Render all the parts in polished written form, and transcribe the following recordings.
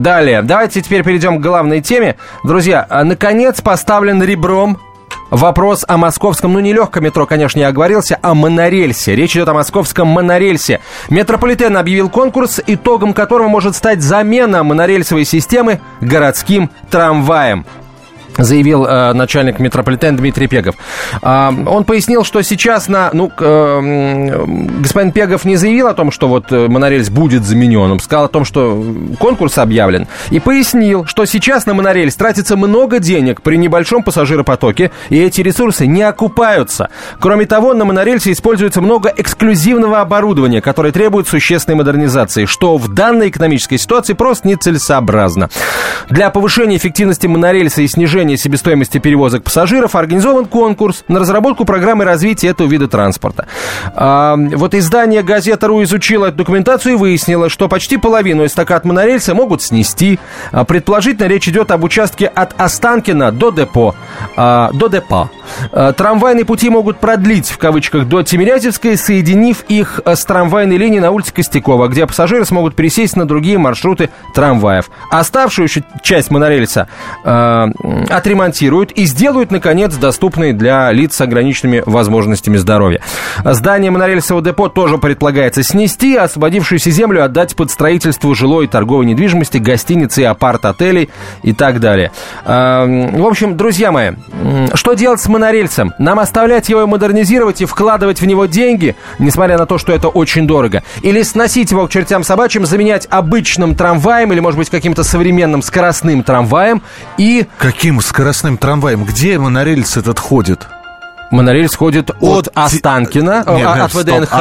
Далее, давайте теперь перейдем к главной теме. Друзья, наконец поставлен ребром вопрос о московском, не легком метро, конечно, я оговорился, а монорельсе. Речь идет о московском монорельсе. Метрополитен объявил конкурс, итогом которого может стать замена монорельсовой системы городским трамваем, заявил начальник метрополитена Дмитрий Пегов. Он пояснил, что сейчас господин Пегов не заявил о том, что вот монорельс будет заменен. Он сказал о том, что конкурс объявлен. И пояснил, что сейчас на монорельс тратится много денег при небольшом пассажиропотоке, и эти ресурсы не окупаются. Кроме того, на монорельсе используется много эксклюзивного оборудования, которое требует существенной модернизации, что в данной экономической ситуации просто нецелесообразно. Для повышения эффективности монорельса и снижения себестоимости перевозок пассажиров организован конкурс на разработку программы развития этого вида транспорта. Вот издание «Газета.ру» изучило эту документацию и выяснило, что почти половину эстакад монорельса могут снести. Предположительно, речь идет об участке от Останкино до депо. Трамвайные пути могут продлить, в кавычках, до Тимирязевской, соединив их с трамвайной линией на улице Костякова, где пассажиры смогут пересесть на другие маршруты трамваев. Оставшуюся часть монорельса отремонтируют и сделают, наконец, доступной для лиц с ограниченными возможностями здоровья. Здание монорельсового депо тоже предполагается снести, а освободившуюся землю отдать под строительство жилой и торговой недвижимости, гостиниц и апарт-отелей и так далее. В общем, друзья мои, что делать с монорельсом? Нам оставлять его и модернизировать и вкладывать в него деньги, несмотря на то, что это очень дорого? Или сносить его к чертям собачьим, заменять обычным трамваем или, может быть, каким-то современным скоростным трамваем и... Каким скоростным трамваем? Где монорельс этот ходит? Монорельс ходит от Останкино, от ВДНХ,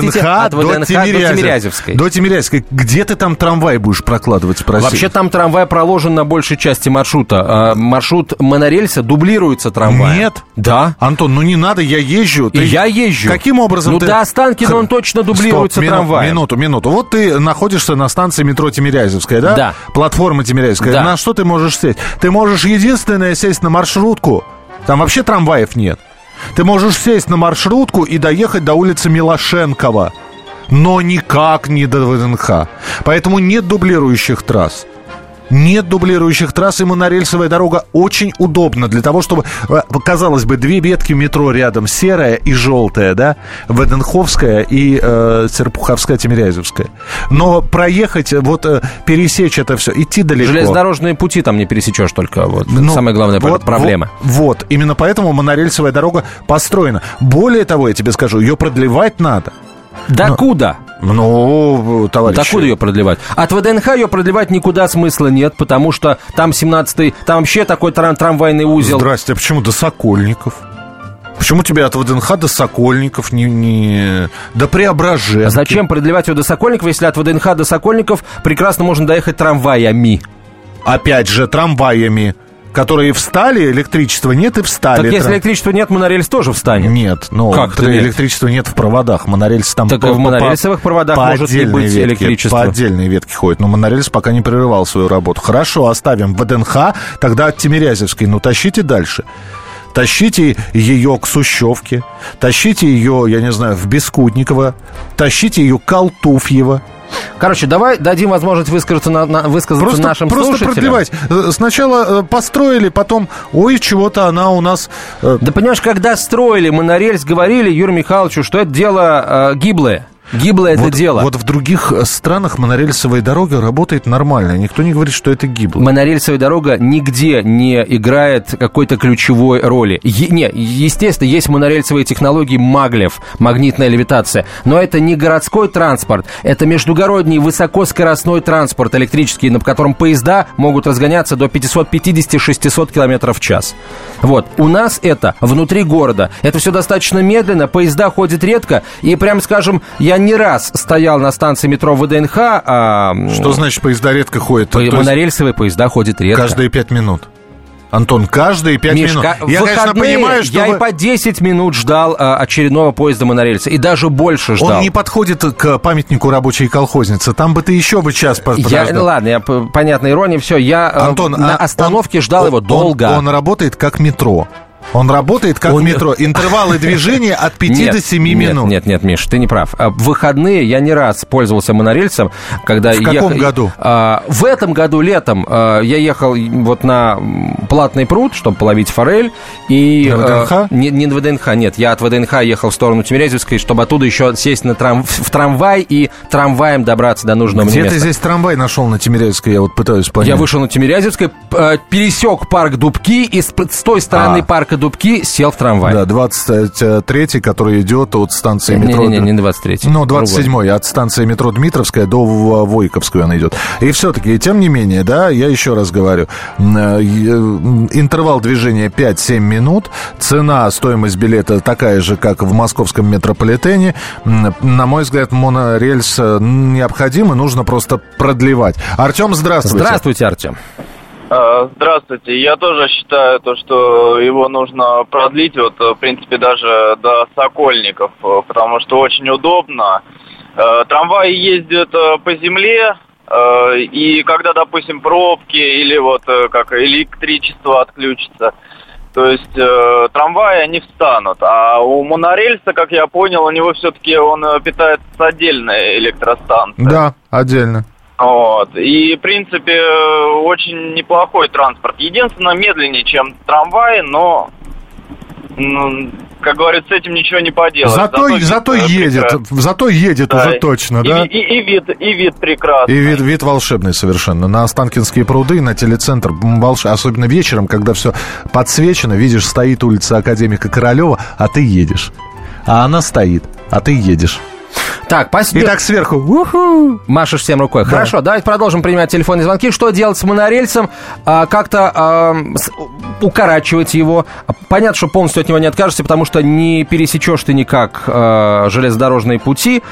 до Тимирязевской. До Тимирязевской. Где ты там трамвай будешь прокладывать, спроси? Вообще там трамвай проложен на большей части маршрута. Маршрут монорельса дублируется трамваем. Нет? Да. Антон, не надо, я езжу. Я езжу. Каким образом ты... до Останкино он точно дублируется трамваем. Минуту. Вот ты находишься на станции метро Тимирязевская, да? Да. Платформа Тимирязевская. Да. На что ты можешь сесть? Ты можешь единственное сесть на маршрутку. Там вообще трамваев нет. Ты можешь сесть на маршрутку и доехать до улицы Милошенкова, но никак не до ВДНХ. Поэтому нет дублирующих трасс. Нет дублирующих трасс, и монорельсовая дорога очень удобна для того, чтобы, казалось бы, две ветки метро рядом, серая и желтая, да, ВДНХовская и Серпуховская, Тимирязевская. Но проехать, пересечь это все, идти далеко. Железнодорожные пути там не пересечешь только, самая главная проблема. Именно поэтому монорельсовая дорога построена. Более того, я тебе скажу, ее продлевать надо. Докуда? Товарищи. Докуда ее продлевать? От ВДНХ ее продлевать никуда смысла нет, потому что там 17-й, там вообще такой трамвайный узел. Здрасте, а почему до Сокольников? Почему тебе от ВДНХ до Сокольников до Преображенки? А зачем продлевать ее до Сокольников, если от ВДНХ до Сокольников прекрасно можно доехать трамваями? Опять же, трамваями. Которые встали, электричества нет и встали. Так если электричества нет, монорельс тоже встанет. Нет, электричества нет в проводах. Монорельс там... Так в монорельсовых проводах может не быть электричества. По отдельной ветке ходит, но монорельс пока не прерывал свою работу. Хорошо, оставим ВДНХ, тогда от Тимирязевской. Тащите дальше. Тащите ее к Сущевке, тащите ее, я не знаю, в Бескудниково, тащите ее к Алтуфьево. Короче, давай дадим возможность высказаться нашим слушателям. Просто продлевать. Сначала построили, потом, чего-то она у нас... Да понимаешь, когда строили монорельс, говорили Юрию Михайловичу, что это дело гиблое. Гиблое это дело. Вот в других странах монорельсовая дорога работает нормально. Никто не говорит, что это гибло. Монорельсовая дорога нигде не играет какой-то ключевой роли. Естественно, есть монорельсовые технологии Маглев, магнитная левитация. Но это не городской транспорт. Это междугородний высокоскоростной транспорт электрический, на котором поезда могут разгоняться до 550-600 км в час. У нас это внутри города. Это все достаточно медленно, поезда ходят редко. И, прям скажем, я не раз стоял на станции метро ВДНХ. Что значит поезда редко ходят? Монорельсовые поезда ходят редко. Каждые 5 минут. Антон, каждые 5 минут. Я, конечно, понимаю, что и по 10 минут ждал очередного поезда монорельса. И даже больше ждал. Он не подходит к памятнику рабочей колхозницы. Там бы ты еще час подождал. Ладно, понятная ирония. Все, я Антон, на остановке ждал его долго. Он работает как метро. Он работает как метро. Интервалы движения от 5 до 7 минут. Нет, Миш, ты не прав. В выходные я не раз пользовался монорельсом, когда... В каком году? В этом году летом я ехал вот на Платный пруд, чтобы половить форель. И, на ВДНХ? Не на ВДНХ, нет. Я от ВДНХ ехал в сторону Тимирязевской, чтобы оттуда еще сесть в трамвай и трамваем добраться до нужного места. Где ты здесь трамвай нашел на Тимирязевской? Я вот пытаюсь понять. Я вышел на Тимирязевской, пересек парк Дубки и с той стороны парка Дубки сел в трамвай. Да, 23-й, который идет от станции метро... Не 23-й. Ну, 27-й, от станции метро Дмитровская до Войковской он идет. И все-таки, тем не менее, да, я еще раз говорю, интервал движения 5-7 минут, цена, стоимость билета такая же, как в московском метрополитене. На мой взгляд, монорельс необходим, и нужно просто продлевать. Артем, здравствуйте. Здравствуйте, Артем. Здравствуйте. Я тоже считаю, что его нужно продлить, вот, в принципе, даже до Сокольников, потому что очень удобно. Трамваи ездят по земле, и когда, допустим, пробки или вот как электричество отключится, то есть трамваи, они встанут. А у монорельса, как я понял, у него все-таки он питается с отдельной электростанцией. Да, отдельно. Вот. И, в принципе, очень неплохой транспорт. Единственное, медленнее, чем трамвай, но, как говорится, с этим ничего не поделаешь. Зато едет да, уже точно, да? И вид прекрасный. И вид волшебный совершенно. На Останкинские пруды, на телецентр, особенно вечером, когда все подсвечено, видишь, стоит улица Академика Королева, а ты едешь. А она стоит, а ты едешь. Так, спасибо. И так сверху. У-ху. Машешь всем рукой. Да. Хорошо, давайте продолжим принимать телефонные звонки. Что делать с монорельсом? Как-то укорачивать его. Понятно, что полностью от него не откажешься, потому что не пересечешь ты никак железнодорожные пути.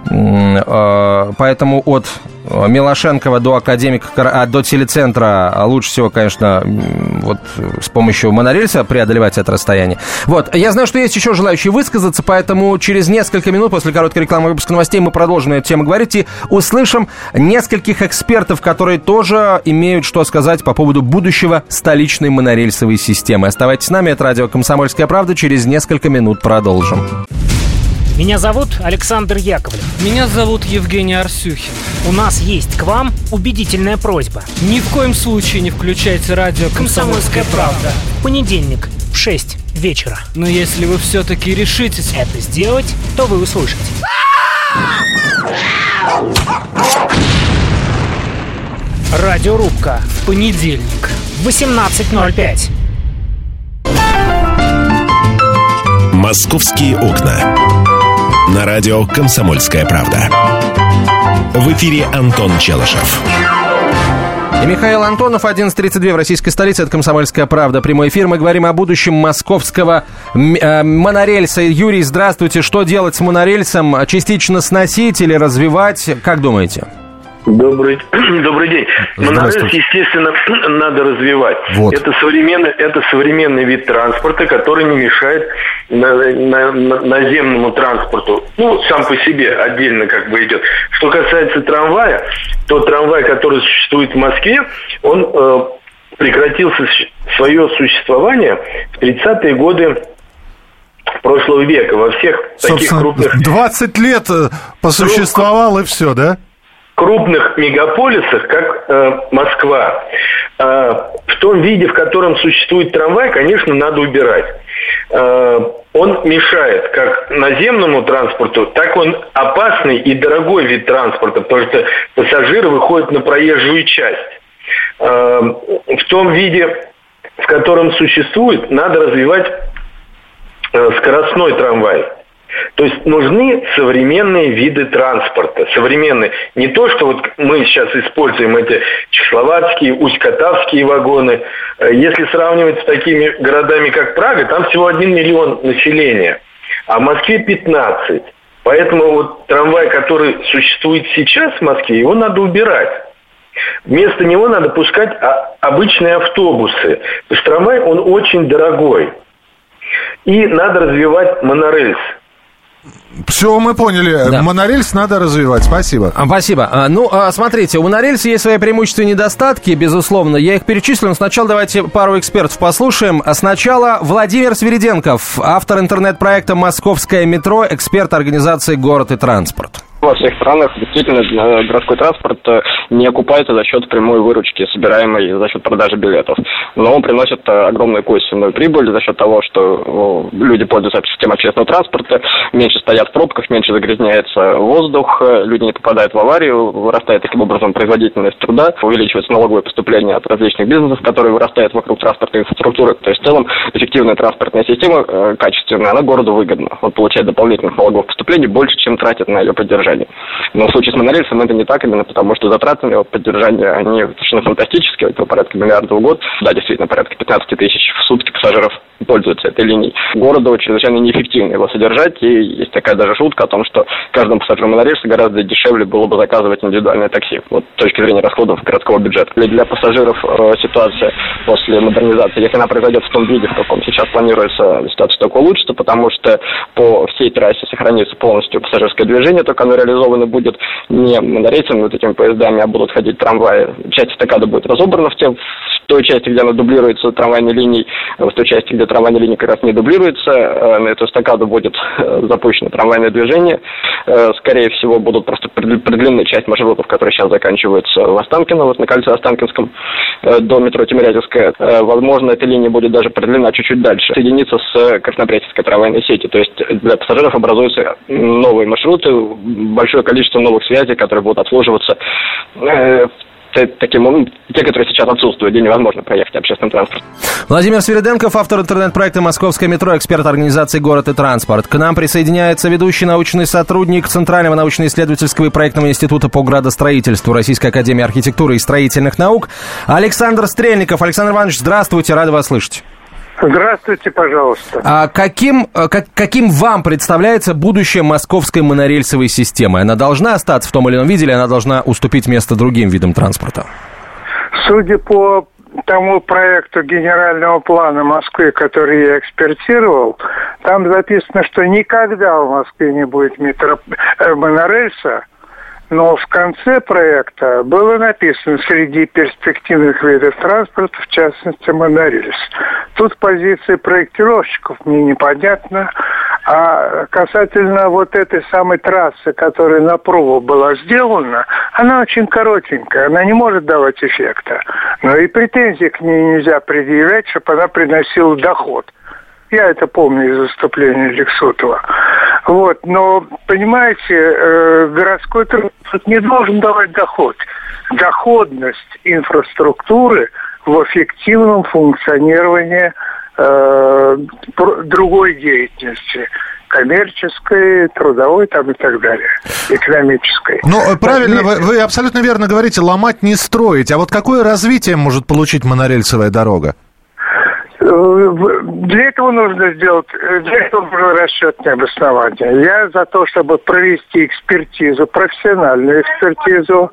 Поэтому от Милошенкова до Академика, до телецентра лучше всего, конечно, вот с помощью монорельса преодолевать это расстояние. Вот. Я знаю, что есть еще желающие высказаться, поэтому через несколько минут после короткой рекламы выпуска новостей мы продолжим на эту тему говорить и услышим нескольких экспертов, которые тоже имеют что сказать по поводу будущего столичной монорельсовой системы. Оставайтесь с нами, это радио «Комсомольская правда». Через несколько минут продолжим. Меня зовут Александр Яковлев. Меня зовут Евгений Арсюхин. У нас есть к вам убедительная просьба. Ни в коем случае не включайте радио «Комсомольская правда». В понедельник в 6 вечера. Но если вы все-таки решитесь это сделать, то вы услышите. Радиорубка. В понедельник. В 18:05. «Московские окна». На радио «Комсомольская правда». В эфире Антон Челышев. И Михаил Антонов, 11:32 в российской столице. Это «Комсомольская правда». Прямой эфир. Мы говорим о будущем московского монорельса. Юрий, здравствуйте. Что делать с монорельсом? Частично сносить или развивать? Как думаете? Добрый день. Монорельс, естественно, надо развивать. Вот. Это современный вид транспорта, который не мешает наземному транспорту. Ну, сам по себе отдельно как бы идет. Что касается трамвая, то трамвай, который существует в Москве, он прекратил свое существование в 30-е годы прошлого века. Во всех таких крупных... 20 лет посуществовал и все, да? Крупных мегаполисах, как Москва, в том виде, в котором существует трамвай, конечно, надо убирать. Он мешает как наземному транспорту, так он опасный и дорогой вид транспорта, потому что пассажиры выходят на проезжую часть. В том виде, в котором существует, надо развивать скоростной трамвай. То есть нужны современные виды транспорта. Современные. Не то, что вот мы сейчас используем эти чехословацкие, усть-катавские вагоны. Если сравнивать с такими городами, как Прага, там всего 1 миллион населения. А в Москве 15. Поэтому вот трамвай, который существует сейчас в Москве, его надо убирать. Вместо него надо пускать обычные автобусы. То есть трамвай, он очень дорогой. И надо развивать монорельс. Все, мы поняли. Да. Монорельс надо развивать. Спасибо. Спасибо. Смотрите, у монорельса есть свои преимущества и недостатки, безусловно. Я их перечислю, но сначала давайте пару экспертов послушаем. Сначала Владимир Свириденков, автор интернет-проекта «Московское метро», эксперт организации «Город и транспорт». Во всех странах действительно городской транспорт не окупается за счет прямой выручки, собираемой за счет продажи билетов. Но он приносит огромную косвенную прибыль за счет того, что люди пользуются системой общественного транспорта, меньше стоят в пробках, меньше загрязняется воздух, люди не попадают в аварию, вырастает таким образом производительность труда, увеличивается налоговое поступление от различных бизнесов, которые вырастают вокруг транспортной инфраструктуры. То есть в целом эффективная транспортная система, качественная, она городу выгодна. Он получает дополнительных налоговых поступлений больше, чем тратит на ее поддержание. Но в случае с монорельсом это не так, именно потому что затраты на его поддержание, они совершенно фантастические, это порядка миллиарда в год. Да, действительно, порядка 15 тысяч в сутки пассажиров пользуются этой линией. Городу чрезвычайно неэффективно его содержать, и есть такая даже шутка о том, что каждому пассажиру монорельса гораздо дешевле было бы заказывать индивидуальное такси, вот с точки зрения расходов городского бюджета. Для пассажиров ситуация после модернизации, если она произойдет в том виде, в каком сейчас планируется, ситуация только улучшится, потому что по всей трассе сохранится полностью пассажирское движение, только оно реализовано будет не монорельсами, вот этими поездами, а будут ходить трамваи. Часть эстакады будет разобрана в той части, где она дублируется трамвайной линией, в той части, где трамвайная линия как раз не дублируется, на эту эстакаду будет запущено трамвайное движение. Скорее всего, будут просто продлены часть маршрутов, которые сейчас заканчиваются в Останкино, вот на кольце Останкинском, до метро Тимирязевская. Возможно, эта линия будет даже продлена чуть-чуть дальше, соединиться с Краснопресненской трамвайной сетью. То есть для пассажиров образуются новые маршруты, большое количество новых связей, которые будут обслуживаться таким, те, которые сейчас отсутствуют, где невозможно проехать общественным транспортом. Владимир Свириденков, автор интернет-проекта «Московское метро», эксперт организации «Город и транспорт». К нам присоединяется ведущий научный сотрудник Центрального научно-исследовательского и проектного института по градостроительству Российской академии архитектуры и строительных наук Александр Стрельников. Александр Иванович, здравствуйте, рады вас слышать. Здравствуйте, пожалуйста. Каким вам представляется будущее московской монорельсовой системы? Она должна остаться в том или ином виде, или она должна уступить место другим видам транспорта? Судя по тому проекту генерального плана Москвы, который я экспертировал, там записано, что никогда в Москве не будет монорельса. Но в конце проекта было написано среди перспективных видов транспорта, в частности, монорельс. Тут позиция проектировщиков мне непонятна. А касательно вот этой самой трассы, которая на пробу была сделана, она очень коротенькая, она не может давать эффекта. Но и претензий к ней нельзя предъявлять, чтобы она приносила доход. Я это помню из выступления Лексутова. Вот, но, понимаете, городской транспорт не должен давать доход. Доходность инфраструктуры в эффективном функционировании другой деятельности. Коммерческой, трудовой там и так далее, экономической. Ну, правильно, вы абсолютно верно говорите, ломать не строить. А вот какое развитие может получить монорельсовая дорога? Для этого нужно расчетное обоснование. Я за то, чтобы провести экспертизу, профессиональную экспертизу.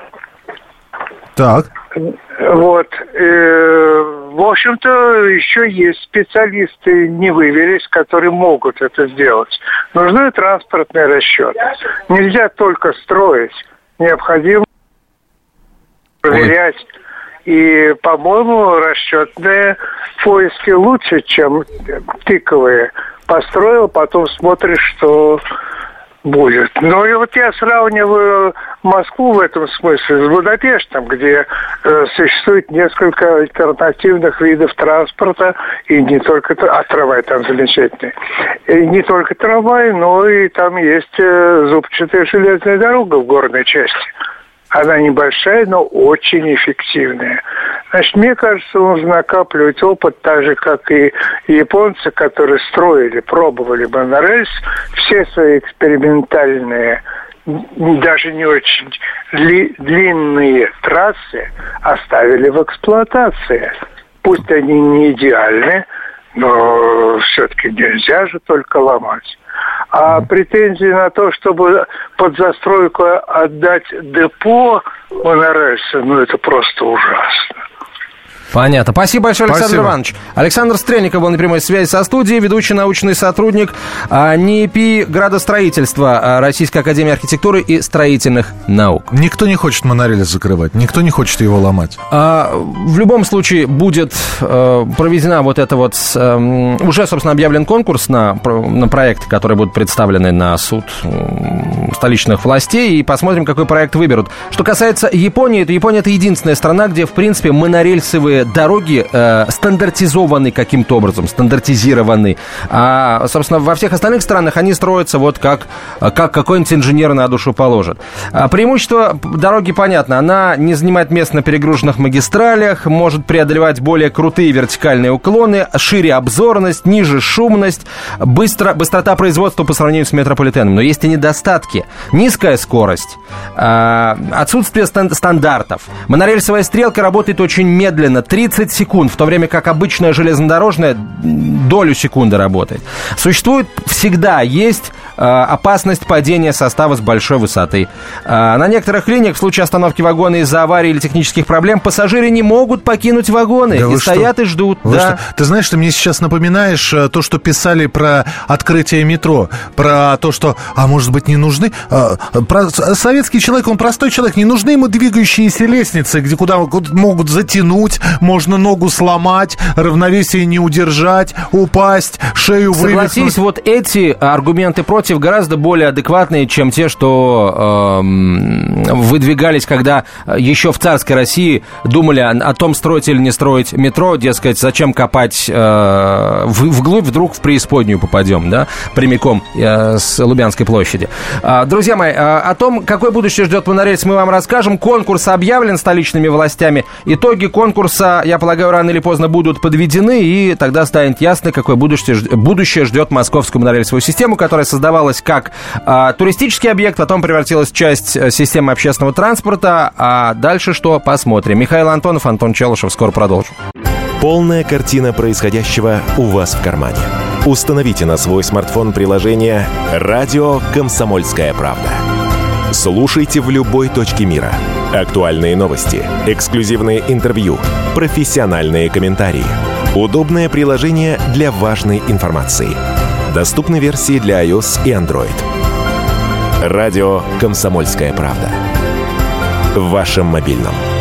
Так. Вот. В общем-то, еще есть специалисты, не вывелись, которые могут это сделать. Нужны транспортные расчеты. Нельзя только строить. Необходимо проверять. И, по-моему, расчетные поиски лучше, чем тыковые. Построил, потом смотришь, что будет. Ну и вот я сравниваю Москву в этом смысле с Будапештом, где существует несколько альтернативных видов транспорта, и не только... трамвай там замечательный. И не только трамвай, но и там есть зубчатая железная дорога в горной части. Она небольшая, но очень эффективная. Значит, мне кажется, нужно накапливать опыт, так же, как и японцы, которые строили, пробовали монорельс, все свои экспериментальные, даже не очень длинные трассы оставили в эксплуатации. Пусть они не идеальны, но все-таки нельзя же только ломать. А претензии на то, чтобы под застройку отдать депо монорельса, ну это просто ужасно. Понятно. Спасибо большое, Александр Иванович. Александр Стрельников был на прямой связи со студией, ведущий научный сотрудник НИИПИ градостроительства Российской академии архитектуры и строительных наук. Никто не хочет монорельс закрывать, никто не хочет его ломать. В любом случае будет проведена вот эта вот... Уже, собственно, объявлен конкурс на проекты, которые будут представлены на суд столичных властей, и посмотрим, какой проект выберут. Что касается Японии, то Япония — это единственная страна, где, в принципе, монорельсовые дороги стандартизованы каким-то образом, стандартизированы. А, собственно, во всех остальных странах они строятся вот как какой-нибудь инженер на душу положит. Преимущество дороги понятно. Она не занимает мест на перегруженных магистралях, может преодолевать более крутые вертикальные уклоны, шире обзорность, ниже шумность, быстрота производства по сравнению с метрополитеном. Но есть и недостатки. Низкая скорость, отсутствие стандартов. Монорельсовая стрелка работает очень медленно, 30 секунд, в то время как обычная железнодорожная долю секунды работает. Существует всегда, есть опасность падения состава с большой высоты. На некоторых линиях в случае остановки вагона из-за аварии или технических проблем пассажиры не могут покинуть вагоны, и стоят и ждут. Да. Ты знаешь, ты мне сейчас напоминаешь то, что писали про открытие метро, про то, что, может быть, не нужны... Советский человек, он простой человек, не нужны ему двигающиеся лестницы, куда могут затянуть, можно ногу сломать, равновесие не удержать, упасть, шею вывихнуть. Согласись, вот эти аргументы против гораздо более адекватные, чем те, что выдвигались, когда еще в царской России думали о том, строить или не строить метро, дескать, зачем копать вглубь, вдруг в преисподнюю попадем, да, прямиком с Лубянской площади. Друзья мои, о том, какое будущее ждет монорельс, мы вам расскажем. Конкурс объявлен столичными властями. Итоги конкурса, я полагаю, рано или поздно будут подведены, и тогда станет ясно, какое будущее ждет московскую монорельсовую систему, которая создавалась как туристический объект, потом превратилась в часть системы общественного транспорта. А дальше что? Посмотрим. Михаил Антонов, Антон Челышев. Скоро продолжим. Полная картина происходящего у вас в кармане. Установите на свой смартфон приложение «Радио Комсомольская правда». Слушайте в любой точке мира. Актуальные новости, эксклюзивные интервью, профессиональные комментарии. Удобное приложение для важной информации. Доступны версии для iOS и Android. Радио «Комсомольская правда». В вашем мобильном.